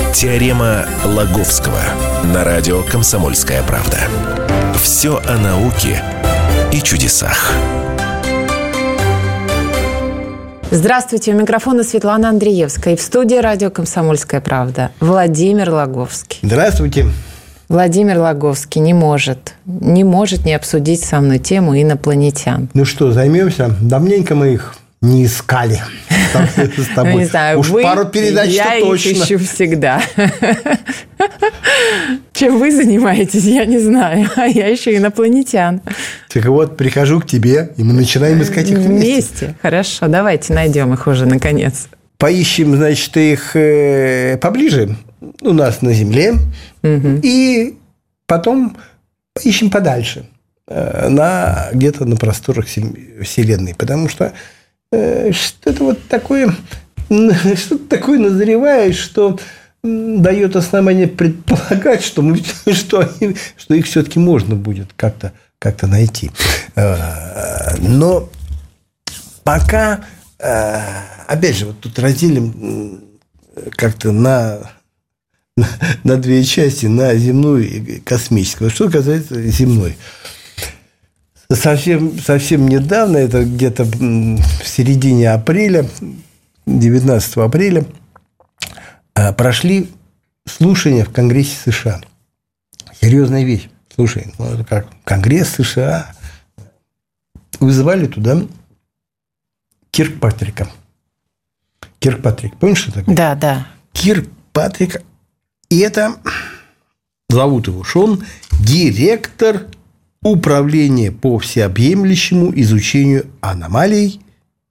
Теорема Лаговского на радио «Комсомольская правда». Все о науке и чудесах. Здравствуйте, у микрофона Светлана Андреевская. И в студии радио «Комсомольская правда» Владимир Лаговский. Здравствуйте. Владимир Лаговский не может не обсудить со мной тему инопланетян. Ну что, займемся? Давненько мы их не искали. С тобой. Не знаю, уж пару передач я точно. их ищу всегда. Чем вы занимаетесь, я не знаю. А я ищу инопланетян. Так вот, прихожу к тебе, и мы начинаем искать их вместе. Хорошо, давайте найдем их уже, наконец. Поищем, значит, их поближе у нас на Земле. И потом поищем подальше. Где-то на просторах Вселенной. Потому что что-то вот такое, назревает, что дает основание предполагать, что их все-таки можно будет как-то найти. Но пока, опять же, вот тут разделим как-то на две части, на земную и космическую. Что касается земной. Совсем недавно, это где-то в середине апреля, 19 апреля, прошли слушания в Конгрессе США. Серьезная вещь. Слушай, как Конгресс США. Вызывали туда Киркпатрика. Киркпатрик, помнишь, что такое? Да. Киркпатрик. И это, зовут его, что он директор управления по всеобъемлющему изучению аномалий.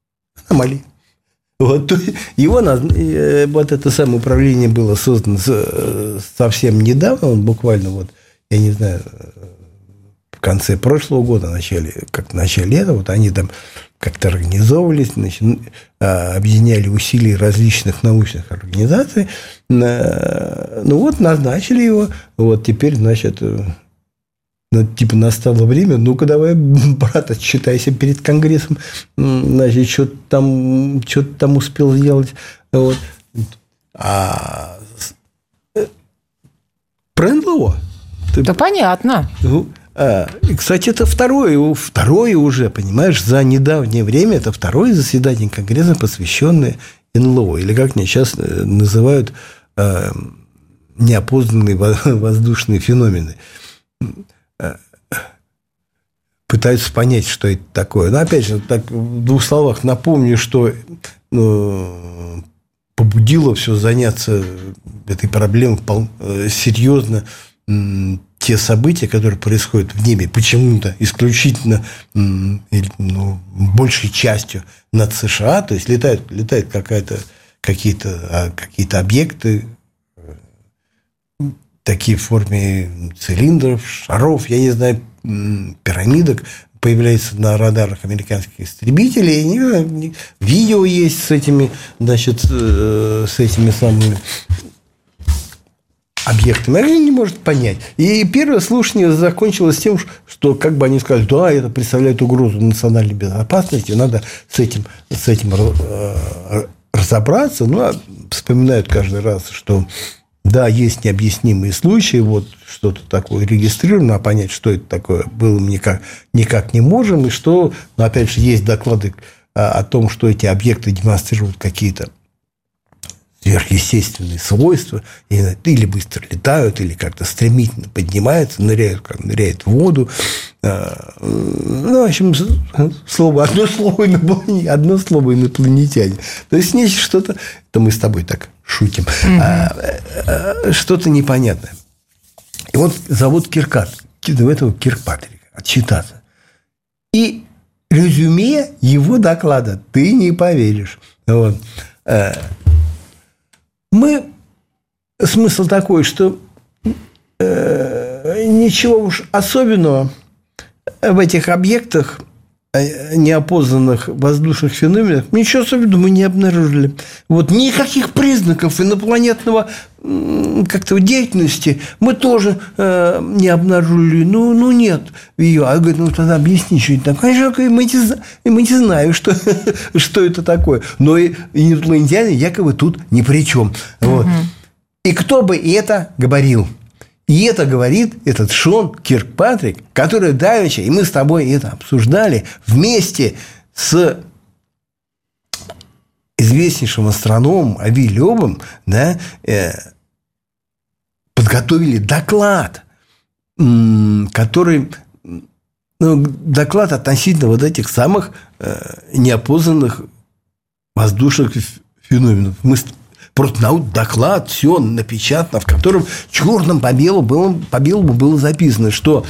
Вот это самое управление было создано совсем недавно, он буквально, я не знаю, в конце прошлого года, в начале лета, вот они там как-то организовывались, объединяли усилия различных научных организаций. Назначили его. Вот теперь, значит, настало время. Ну-ка, давай, брат, отчитайся перед Конгрессом. Значит, что-то там успел сделать. Вот. Про НЛО. Да понятно. И, кстати, это второе уже, понимаешь, за недавнее время это второе заседание Конгресса, посвященное НЛО, или как они сейчас называют неопознанные воздушные феномены. Пытаются понять, что это такое. Но, опять же, так, в двух словах напомню, что побудило все заняться этой проблемой серьезно те события, которые происходят в небе, почему-то исключительно, большей частью над США, то есть летают какие-то объекты, такие в форме цилиндров, шаров, я не знаю, пирамидок, появляются на радарах американских истребителей, и видео есть с этими самыми объектами. Они не может понять. И первое слушание закончилось тем, что как бы они сказали, да, это представляет угрозу национальной безопасности, надо с этим разобраться. Вспоминают каждый раз, что да, есть необъяснимые случаи, что-то такое регистрировано, а понять, что это такое, было никак не можем, и что, опять же, есть доклады о том, что эти объекты демонстрируют какие-то сверхъестественные свойства, или быстро летают, или как-то стремительно поднимаются, ныряют в воду. В общем, одно слово инопланетяне. То есть, нечто что-то, это мы с тобой так шутим, что-то непонятное. И вот зовут Киркпатрика, отчитаться. И резюме его доклада ты не поверишь. Смысл такой, что ничего уж особенного в этих объектах неопознанных воздушных феноменов, ничего особенного мы не обнаружили. Никаких признаков инопланетного как-то деятельности мы тоже не обнаружили. Нет ее. А говорит, тогда объясни, что это такое. Конечно, мы не знаем, что это такое. Но и инопланетяне якобы тут ни при чем. И кто бы это говорил? И это говорит этот Шон Киркпатрик, который давеча, и мы с тобой это обсуждали, вместе с известнейшим астрономом Ави Лёбом, да, подготовили доклад, который... доклад относительно вот этих самых неопознанных воздушных феноменов. Мы просто доклад, все напечатано, в котором черным по белому было записано, что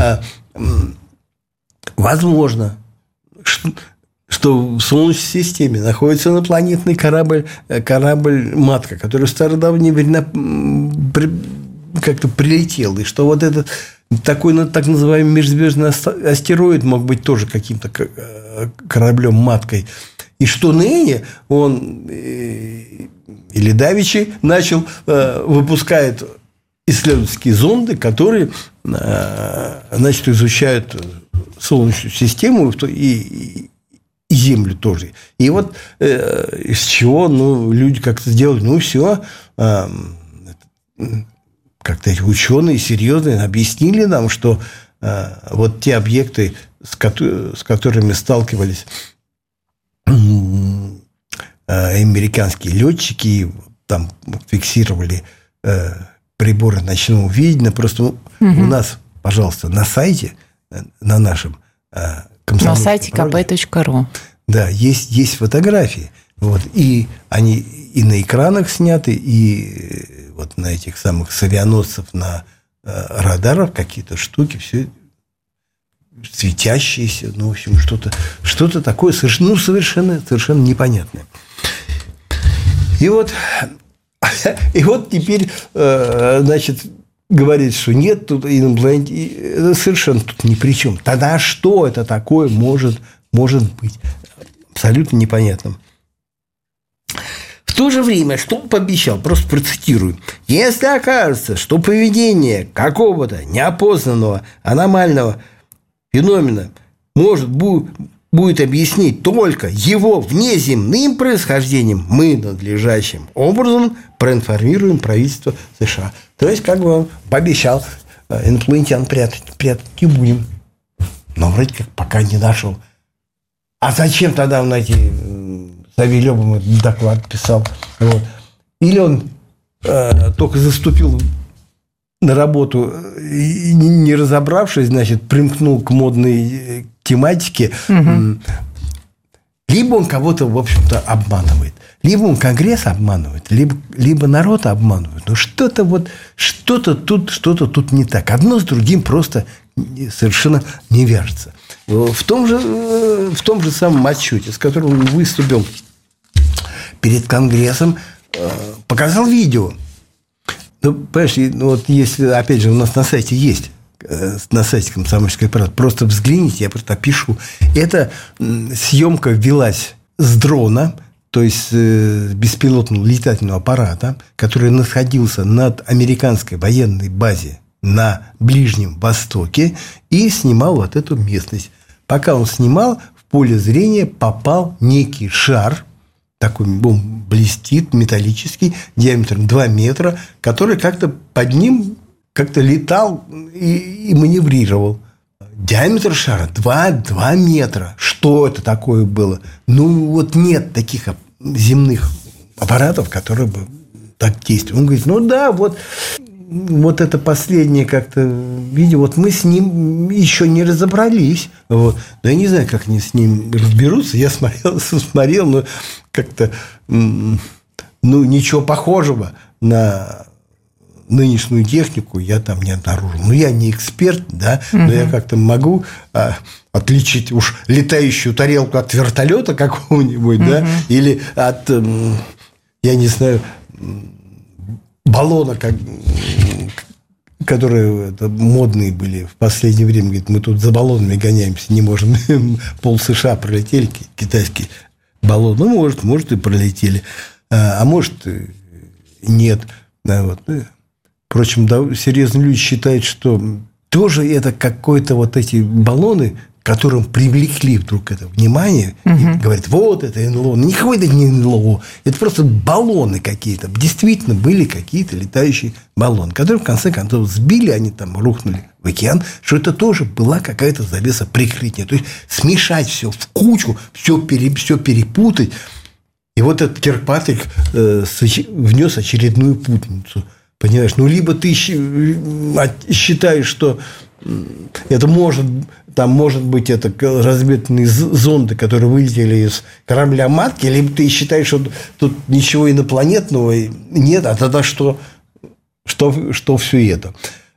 возможно, что в Солнечной системе находится инопланетный корабль-матка, который в стародавние времена как-то прилетел, и что вот этот такой, так называемый межзвездный астероид мог быть тоже каким-то кораблем-маткой. И что ныне он или давеча начал, выпускает исследовательские зонды, которые, значит, изучают Солнечную систему и Землю тоже. И вот из чего люди как-то сделали, все, как-то эти ученые серьезные объяснили нам, что вот те объекты, с которыми сталкивались американские летчики, там фиксировали приборы ночного видения, просто у нас, пожалуйста, на сайте, на нашем на сайте kp.ru. Да, есть фотографии. Вот, и они и на экранах сняты, и вот на этих самых авианосцев, на радарах какие-то штуки, все светящиеся, в общем, что-то такое совершенно непонятное. И вот теперь, значит, говорит, что нет тут инопланетян, совершенно тут ни при чем. Тогда что это такое может быть? Абсолютно непонятно. В то же время, что он пообещал, просто процитирую. Если окажется, что поведение какого-то неопознанного аномального феномена будет объяснить только его внеземным происхождением, мы надлежащим образом проинформируем правительство США. То есть, как бы он пообещал, инопланетян прятать не будем. Но вроде как пока не нашел. А зачем тогда он с Ави Лёбом этот доклад писал? Вот. Или он только заступил на работу, не разобравшись, значит, примкнул к модной тематике. Угу. Либо он кого-то, в общем-то, обманывает. Либо он Конгресс обманывает, либо народ обманывает. Но что-то тут не так. Одно с другим просто совершенно не вяжется. В том же самом отчете, с которым он выступил перед Конгрессом, показал видео. Понимаешь, вот если, опять же, у нас на сайте есть, на сайте «Комсомольской правды», просто взгляните, я просто опишу. Эта съемка велась с дрона, то есть беспилотного летательного аппарата, который находился над американской военной базой на Ближнем Востоке и снимал вот эту местность. Пока он снимал, в поле зрения попал некий шар, такой он блестит, металлический, диаметром 2 метра, который как-то под ним как-то летал и маневрировал. Диаметр шара 2 метра. Что это такое было? Вот нет таких земных аппаратов, которые бы так действовали. Он говорит, вот это последнее как-то видео, вот мы с ним еще не разобрались. Вот. Но я не знаю, как они с ним разберутся. Я смотрел, но как-то ничего похожего на нынешнюю технику я там не обнаружил. Я не эксперт, да, но я как-то могу отличить уж летающую тарелку от вертолета какого-нибудь, да, или от, я не знаю, баллона, которые модные были в последнее время. Говорит, мы тут за баллонами гоняемся, не можем. Пол США пролетели, китайский баллон. Может, и пролетели. А может, нет. Да, вот. Впрочем, серьезные люди считают, что тоже это какой-то вот эти баллоны, которым привлекли вдруг это внимание, и говорят, вот это НЛО. Ну, никакое это не НЛО, это просто баллоны какие-то. Действительно, были какие-то летающие баллоны, которые, в конце концов, сбили, они там рухнули в океан, что это тоже была какая-то завеса прикрытия. То есть, смешать все в кучу, все перепутать. И вот этот Киркпатрик внес очередную путаницу. Понимаешь? Ну, либо ты считаешь, что это может быть это разведывательные зонды, которые вылетели из корабля матки, либо ты считаешь, что тут ничего инопланетного нет, а тогда что все это?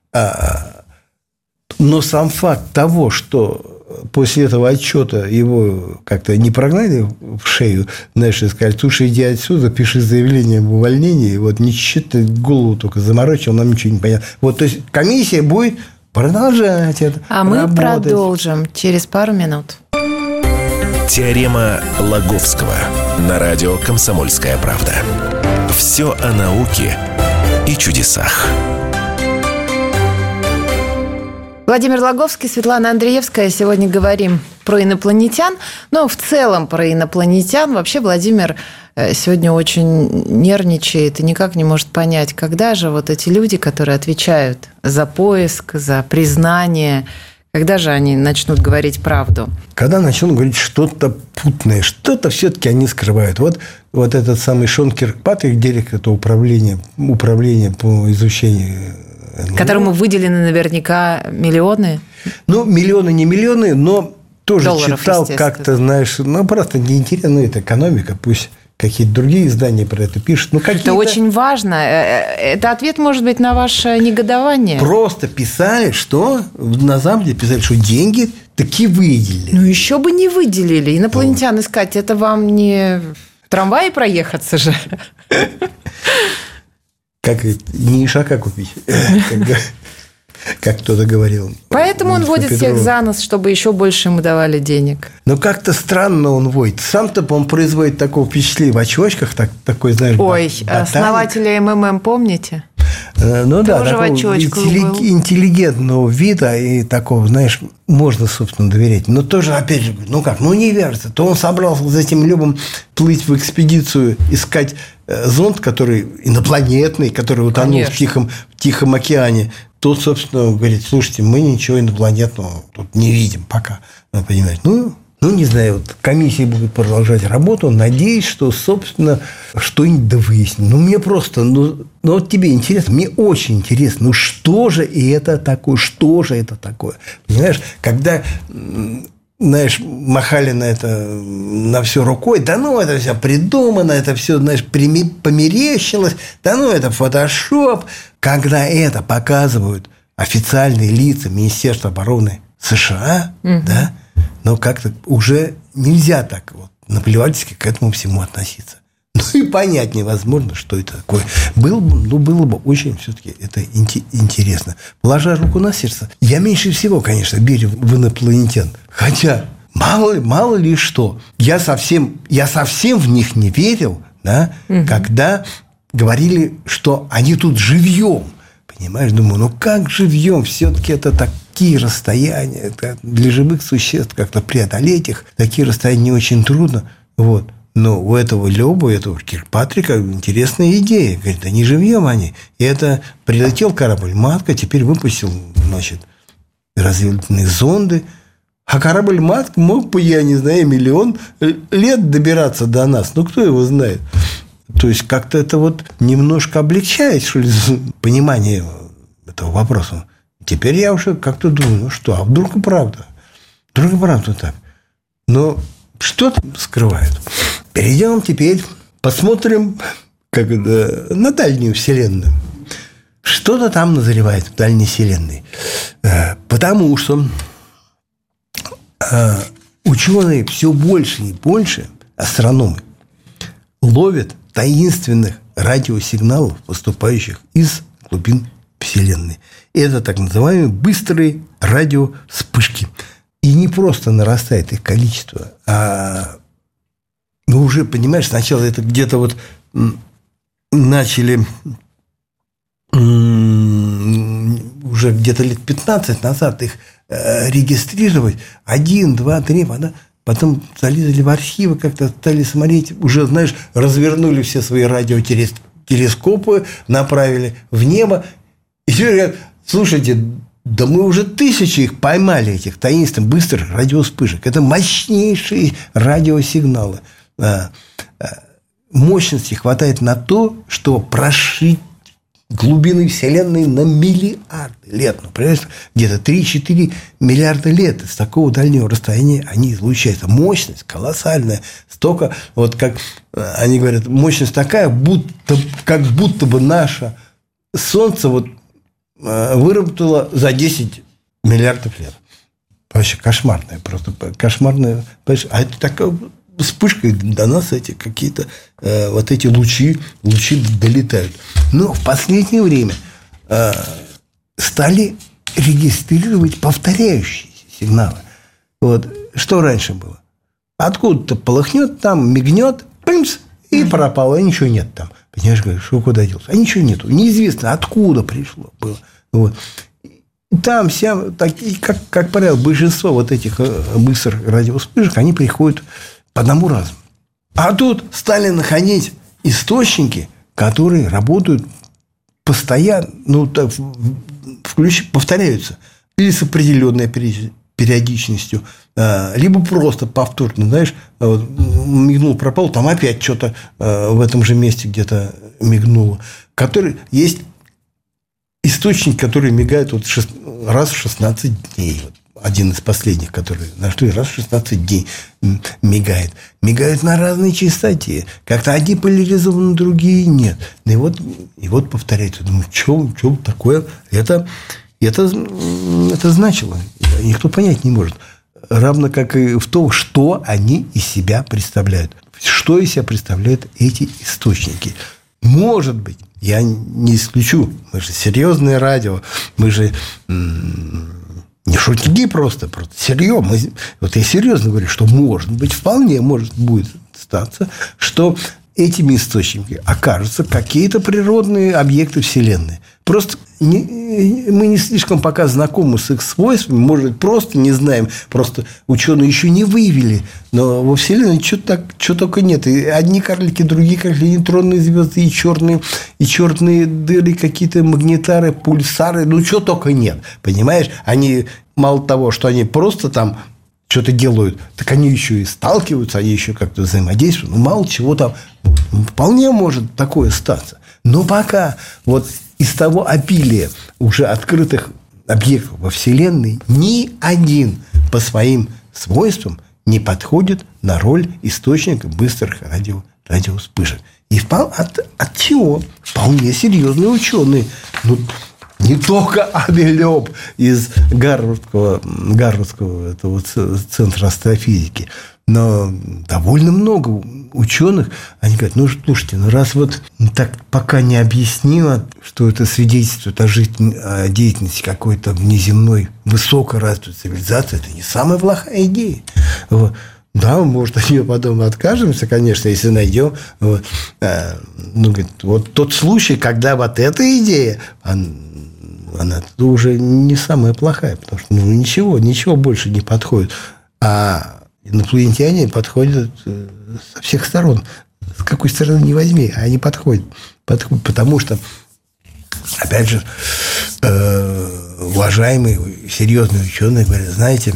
Но сам факт того, что после этого отчета его как-то не прогнали в шею, знаешь, и сказали, слушай, иди отсюда, пиши заявление об увольнении, вот ничего ты голову только заморочил, нам ничего не понятно. Вот, то есть, комиссия будет продолжать это. А мы продолжим через пару минут. Теорема Лаговского на радио «Комсомольская правда». Все о науке и чудесах. Владимир Лаговский, Светлана Андреевская. Сегодня говорим про инопланетян. Но в целом про инопланетян. Вообще Владимир сегодня очень нервничает и никак не может понять, когда же вот эти люди, которые отвечают за поиск, за признание, когда же они начнут говорить правду? Когда начнут говорить что-то путное, что-то все-таки они скрывают. Вот этот самый Шон Киркпатрик, директор этого управления по изучению, которому выделены наверняка миллионы. Ну, миллионы, не миллионы, но тоже долларов, читал как-то, знаешь, просто неинтересно, ну, это экономика, пусть какие-то другие издания про это пишут. Ну, это очень важно. Это ответ, может быть, на ваше негодование. Просто писали, что на самом деле писали, что деньги таки выделили. Ну, еще бы не выделили. Инопланетян искать, это вам не в трамвае проехаться же. Как не ишака купить, как кто-то говорил. Поэтому он водит всех за нос, чтобы еще больше ему давали денег. Но как-то странно он водит. Сам-то он производит такое впечатление в очочках, такой, знаешь, ой, основателя МММ, помните? Ну да, такого интеллигентного вида и такого, знаешь, можно, собственно, доверять. Но тоже, опять же, не верится. То он собрался за этим любом плыть в экспедицию, искать зонд, который инопланетный, который утонул в Тихом океане. Тот, собственно, говорит, слушайте, мы ничего инопланетного тут не видим пока. Понимаете? Не знаю, вот комиссия будет продолжать работу. Надеюсь, что, собственно, что-нибудь довыясним. Мне просто, вот тебе интересно, мне очень интересно, что же это такое, Понимаешь, когда, знаешь, махали на все рукой, это все придумано, это все, знаешь, померещилось, это фотошоп. Когда это показывают официальные лица Министерства обороны США, да, но как-то уже нельзя так наплевательски к этому всему относиться. И понять невозможно, что это такое. Было бы очень все-таки это интересно. Положа руку на сердце, я меньше всего, конечно, верю в инопланетян. Хотя, мало ли что. Я совсем в них не верил, да, когда говорили, что они тут живьем. Понимаешь, думаю, как живьем? Все-таки это такие расстояния. Это для живых существ как-то преодолеть их. Такие расстояния не очень трудно. Вот. Но у этого Киркпатрика интересная идея. Говорит, да не живьем они. И это прилетел корабль «Матка», теперь выпустил, разведывательные зонды. А корабль «Матка» мог бы, я не знаю, миллион лет добираться до нас. Кто его знает? То есть, как-то это немножко облегчает, что ли, понимание этого вопроса. Теперь я уже как-то думаю, а вдруг и правда? Вдруг и правда так? Но что там скрывают? Перейдем теперь, посмотрим на дальнюю вселенную. Что-то там назревает в дальней вселенной. Потому что ученые все больше и больше, астрономы, ловят таинственных радиосигналов, поступающих из глубин Вселенной. Это так называемые быстрые радиовспышки. И не просто нарастает их количество, а уже, понимаешь, сначала это где-то начали уже где-то лет 15 назад их регистрировать 1, 2, 3, потом залезли в архивы, как-то стали смотреть, уже, знаешь, развернули все свои радиотелескопы, направили в небо, и все говорят: слушайте, да мы уже 1000 их поймали, этих таинственных быстрых радиовспышек. Это мощнейшие радиосигналы. Мощности хватает на то, что прошить глубины Вселенной на миллиарды лет. Ну, понимаешь, где-то 3-4 миллиарда лет с такого дальнего расстояния они излучаются. Мощность колоссальная. Столько, вот как они говорят, мощность такая, как будто бы наше Солнце вот выработало за 10 миллиардов лет. Вообще кошмарная, просто кошмарная. Понимаешь? А это такая вспышка, до нас эти какие-то вот эти лучи долетают. Но в последнее время стали регистрировать повторяющиеся сигналы. Вот. Что раньше было? Откуда-то полыхнет, там мигнет, пымс, и пропало, и ничего нет там. Понимаешь, что куда делся? А ничего нету. Неизвестно, откуда пришло было. Вот. Там вся, как правило, большинство вот этих быстрых радиовспышек, они приходят по одному разу. А тут стали находить источники, которые работают постоянно, повторяются, или с определенной периодичностью, либо просто повторно, знаешь, мигнул, пропал, там опять что-то в этом же месте где-то мигнуло. Есть источник, который мигает раз в 16 дней. Один из последних, который нашли, раз в 16 дней мигает. Мигают на разной частоте. Как-то одни поляризованы, другие нет. И вот повторяется. Думаю, что такое? Это значило. Никто понять не может. Равно как и в том, что они из себя представляют. Что из себя представляют эти источники. Может быть, я не исключу. Мы же серьезное радио. Мы же не шутки просто серьезно. Вот я серьезно говорю, что может быть, вполне будет статься, что этими источниками окажутся какие-то природные объекты Вселенной. Просто мы не слишком пока знакомы с их свойствами, может быть, просто не знаем, просто ученые еще не выявили, но во Вселенной что только нет. И одни карлики, другие карлики, нейтронные звезды, и черные дыры, какие-то магнитары, пульсары, что только нет. Понимаешь, они мало того, что они просто там что-то делают, так они еще и сталкиваются, они еще как-то взаимодействуют. Мало чего там. Вполне может такое статься. Но пока вот из того обилия уже открытых объектов во Вселенной ни один по своим свойствам не подходит на роль источника быстрых радиовспышек. И от чего вполне серьезные ученые, не только Авелёб из Гарвардского этого центра астрофизики, но довольно много ученых, они говорят, слушайте, раз так пока не объяснило, что это свидетельствует о деятельности какой-то внеземной высокоразвитой цивилизации, это не самая плохая идея. Вот. Да, может, от нее потом откажемся, конечно, если найдем. Говорит, вот тот случай, когда вот эта идея, она уже не самая плохая, потому что ничего больше не подходит. А инопланетяне подходят со всех сторон. С какой стороны не возьми, они подходят. Потому что, опять же, уважаемые, серьезные ученые говорят, знаете,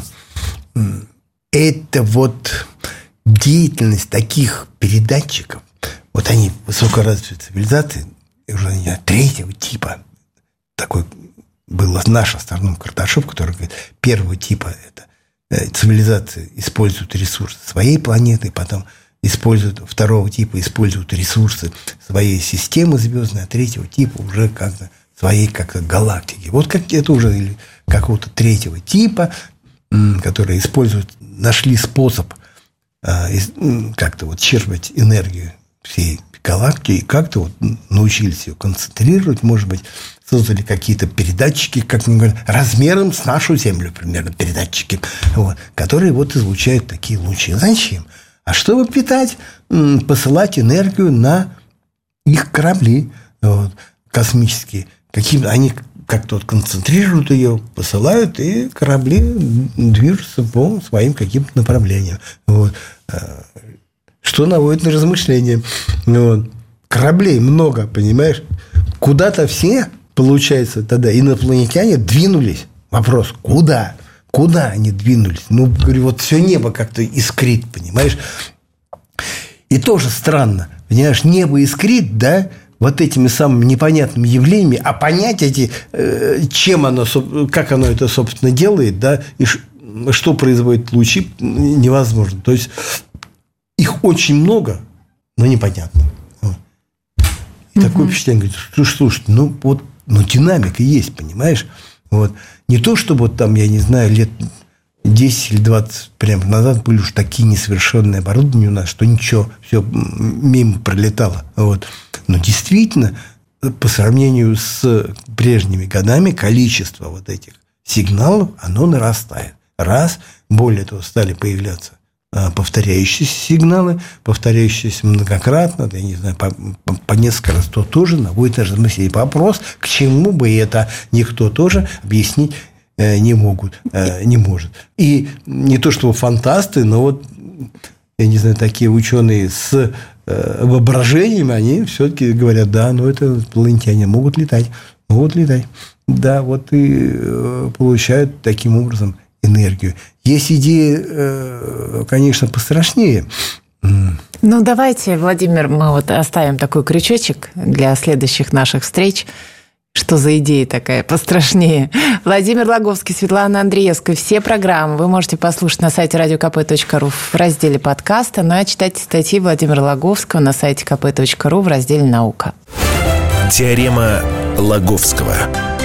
это деятельность таких передатчиков, они высокоразвитые цивилизации, уже третьего типа, такой был наш астроном Карташов, который говорит, первого типа это цивилизации используют ресурсы своей планеты, потом второго типа используют ресурсы своей системы звездной, а третьего типа уже как-то своей галактики. Как это уже какого-то третьего типа, которые нашли способ как-то черпать энергию всей галактики и как-то научились ее концентрировать, может быть, создали какие-то передатчики, как мы говорим, размером с нашу Землю, примерно, передатчики, которые излучают такие лучи. Зачем? А чтобы посылать энергию на их корабли космические. Они как-то вот концентрируют ее, посылают, и корабли движутся по своим каким-то направлениям. Вот. Что наводит на размышления. Вот. Кораблей много, понимаешь? Куда-то все, получается, тогда инопланетяне двинулись. Вопрос, куда? Куда они двинулись? Ну, говорю, вот все небо как-то искрит, понимаешь? И тоже странно, понимаешь, небо искрит, да, вот этими самыми непонятными явлениями, а понять эти, чем оно, как оно это, собственно, делает, да, и что производит лучи, невозможно. То есть их очень много, но непонятно. И такое впечатление, говорит, слушай, ну вот, ну динамика есть, понимаешь? Вот. Не то, чтобы вот там, я не знаю, лет 10 или 20 прямо назад были уж такие несовершенные оборудования у нас, что ничего, все мимо пролетало. Вот. Но действительно, по сравнению с прежними годами, количество вот этих сигналов, оно нарастает. Раз, более того, стали появляться повторяющиеся сигналы, повторяющиеся многократно, я не знаю, по несколько раз, то тоже наводит на размышление. Вопрос, к чему бы это никто тоже объяснить не может. И не то, что фантасты, но вот, я не знаю, такие ученые с воображением, они все-таки говорят, да, но это инопланетяне могут летать. Да, вот и получают таким образом энергию. Есть идеи, конечно, пострашнее. Ну, давайте, Владимир, мы вот оставим такой крючочек для следующих наших встреч. Что за идея такая пострашнее? Владимир Логовский, Светлана Андреевская. Все программы вы можете послушать на сайте radiokp.ru в разделе подкаста. Ну, а читайте статьи Владимира Логовского на сайте kp.ru в разделе «Наука». Теорема Лаговского.